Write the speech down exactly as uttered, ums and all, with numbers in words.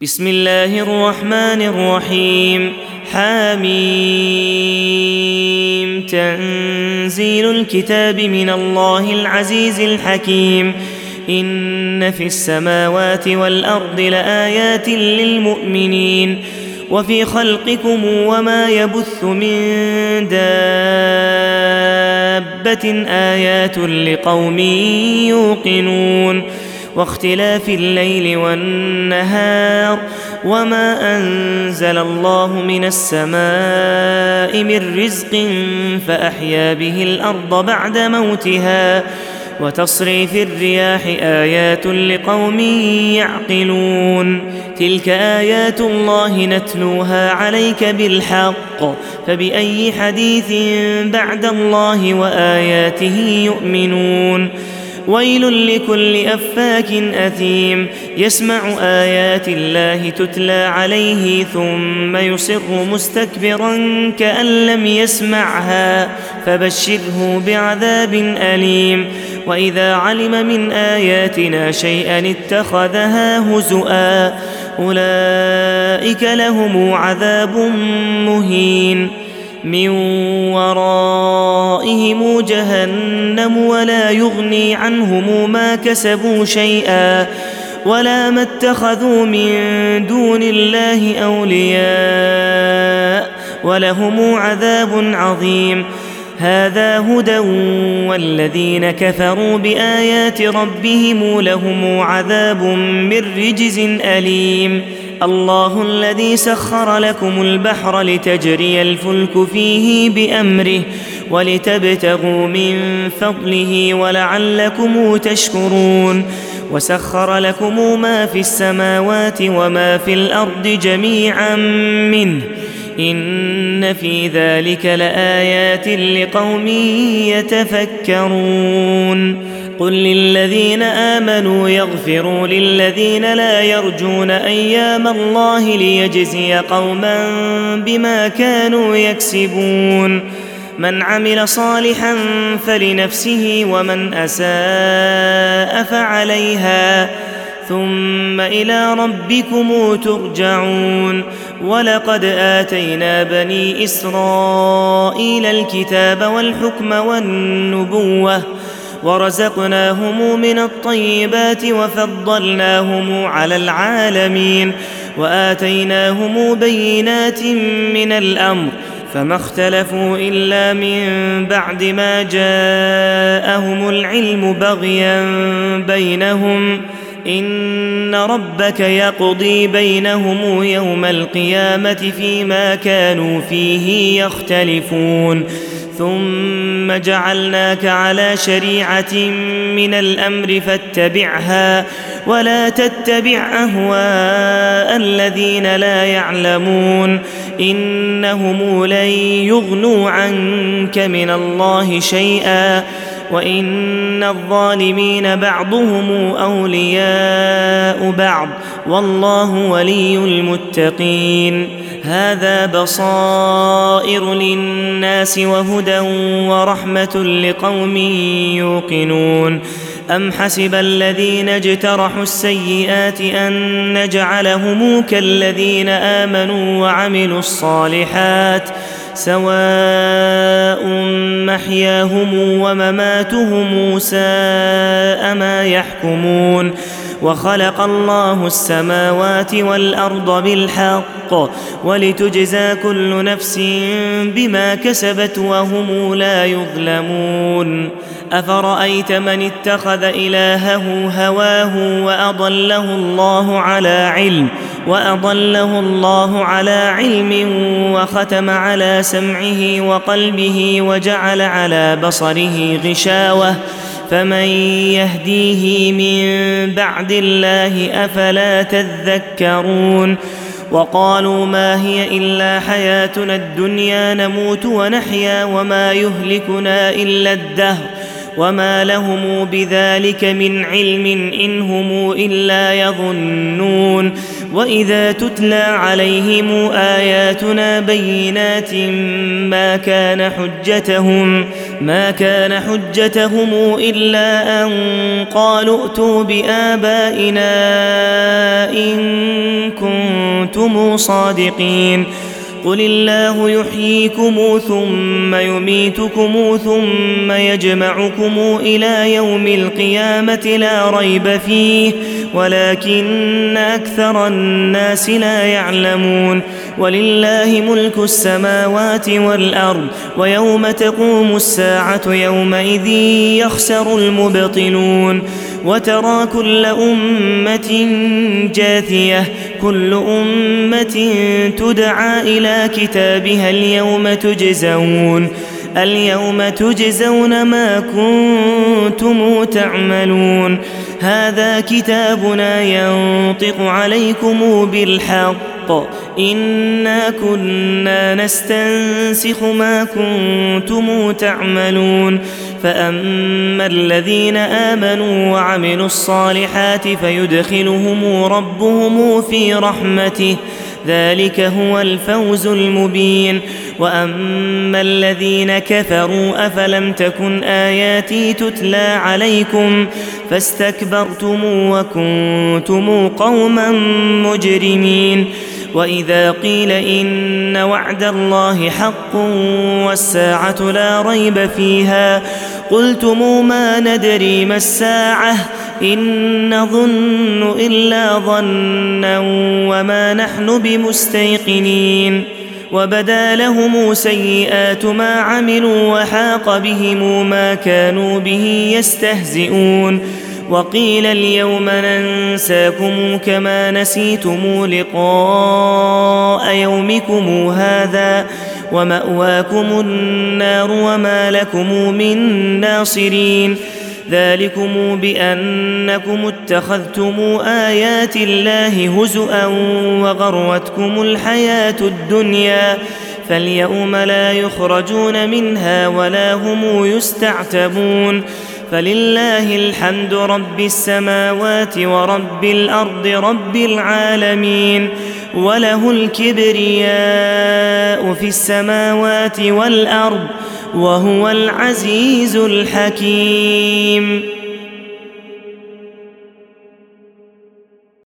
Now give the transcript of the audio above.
بسم الله الرحمن الرحيم. حميم. تنزيل الكتاب من الله العزيز الحكيم. إن في السماوات والأرض لآيات للمؤمنين وفي خلقكم وما يبث من دابة آيات لقوم يوقنون واختلاف الليل والنهار وما أنزل الله من السماء من رزق فأحيا به الأرض بعد موتها وتصريف الرياح آيات لقوم يعقلون تلك آيات الله نتلوها عليك بالحق فبأي حديث بعد الله وآياته يؤمنون ويل لكل أفاك أثيم يسمع آيات الله تتلى عليه ثم يصر مستكبرا كأن لم يسمعها فبشره بعذاب أليم وإذا علم من آياتنا شيئا اتخذها هزؤا أولئك لهم عذاب مهين من ورائهم جهنم ولا يغني عنهم ما كسبوا شيئا ولا ما اتخذوا من دون الله أولياء ولهم عذاب عظيم هذا هدى والذين كفروا بآيات ربهم لهم عذاب من رجز أليم الله الذي سخر لكم البحر لتجري الفلك فيه بأمره ولتبتغوا من فضله ولعلكم تشكرون وسخر لكم ما في السماوات وما في الأرض جميعا منه إن في ذلك لآيات لقوم يتفكرون قل للذين آمنوا يغفروا للذين لا يرجون أيام الله ليجزي قوما بما كانوا يكسبون من عمل صالحا فلنفسه ومن أساء فعليها ثم إلى ربكم ترجعون ولقد آتينا بني إسرائيل الكتاب والحكم والنبوة ورزقناهم من الطيبات وفضلناهم على العالمين وآتيناهم بينات من الأمر فما اختلفوا إلا من بعد ما جاءهم العلم بغيا بينهم إن ربك يقضي بينهم يوم القيامة فيما كانوا فيه يختلفون ثم جعلناك على شريعة من الأمر فاتبعها ولا تتبع أهواء الذين لا يعلمون إنهم لن يغنوا عنك من الله شيئا وإن الظالمين بعضهم أولياء بعض والله ولي المتقين هذا بصائر للناس وهدى ورحمة لقوم يوقنون أم حسب الذين اجترحوا السيئات أن نجعلهم كالذين آمنوا وعملوا الصالحات سواء محياهم ومماتهم ساء ما يحكمون وخلق الله السماوات والأرض بالحق ولتجزى كل نفس بما كسبت وهم لا يظلمون أفرأيت من اتخذ إلهه هواه وأضله الله على علم وأضله الله على علم وختم على سمعه وقلبه وجعل على بصره غشاوة فمن يهديه من بعد الله أفلا تذكرون وقالوا ما هي إلا حياتنا الدنيا نموت ونحيا وما يهلكنا إلا الدهر وما لهم بذلك من علم إن هم إلا يظنون وإذا تتلى عليهم آياتنا بينات ما كان حجتهم ما كان حجتهم إلا أن قالوا ائتوا بآبائنا إن كنتم صادقين قل الله يحييكم ثم يميتكم ثم يجمعكم إلى يوم القيامة لا ريب فيه ولكن أكثر الناس لا يعلمون ولله ملك السماوات والأرض ويوم تقوم الساعة يومئذ يخسر المبطلون وترى كل أمة جاثية كل أمة تدعى إلى كتابها اليوم تجزون اليوم تجزون ما كنتم تعملون هذا كتابنا ينطق عليكم بالحق إنا كنا نستنسخ ما كنتم تعملون فأما الذين آمنوا وعملوا الصالحات فيدخلهم ربهم في رحمته ذلك هو الفوز المبين وأما الذين كفروا أفلم تكن آياتي تتلى عليكم فاستكبرتم وكنتم قوما مجرمين وإذا قيل إن وعد الله حق والساعة لا ريب فيها قلتم ما ندري ما الساعة إن نظن إلا ظنا وما نحن بمستيقنين وبدا لهم سيئات ما عملوا وحاق بهم ما كانوا به يستهزئون وقيل اليوم ننساكم كما نسيتم لقاء يومكم هذا ومأواكم النار وما لكم من ناصرين ذلكم بأنكم اتخذتم آيات الله هزؤا وغرتكم الحياة الدنيا فاليوم لا يخرجون منها ولا هم يستعتبون فلله الحمد رب السماوات ورب الأرض رب العالمين وله الكبرياء في السماوات والأرض وهو العزيز الحكيم.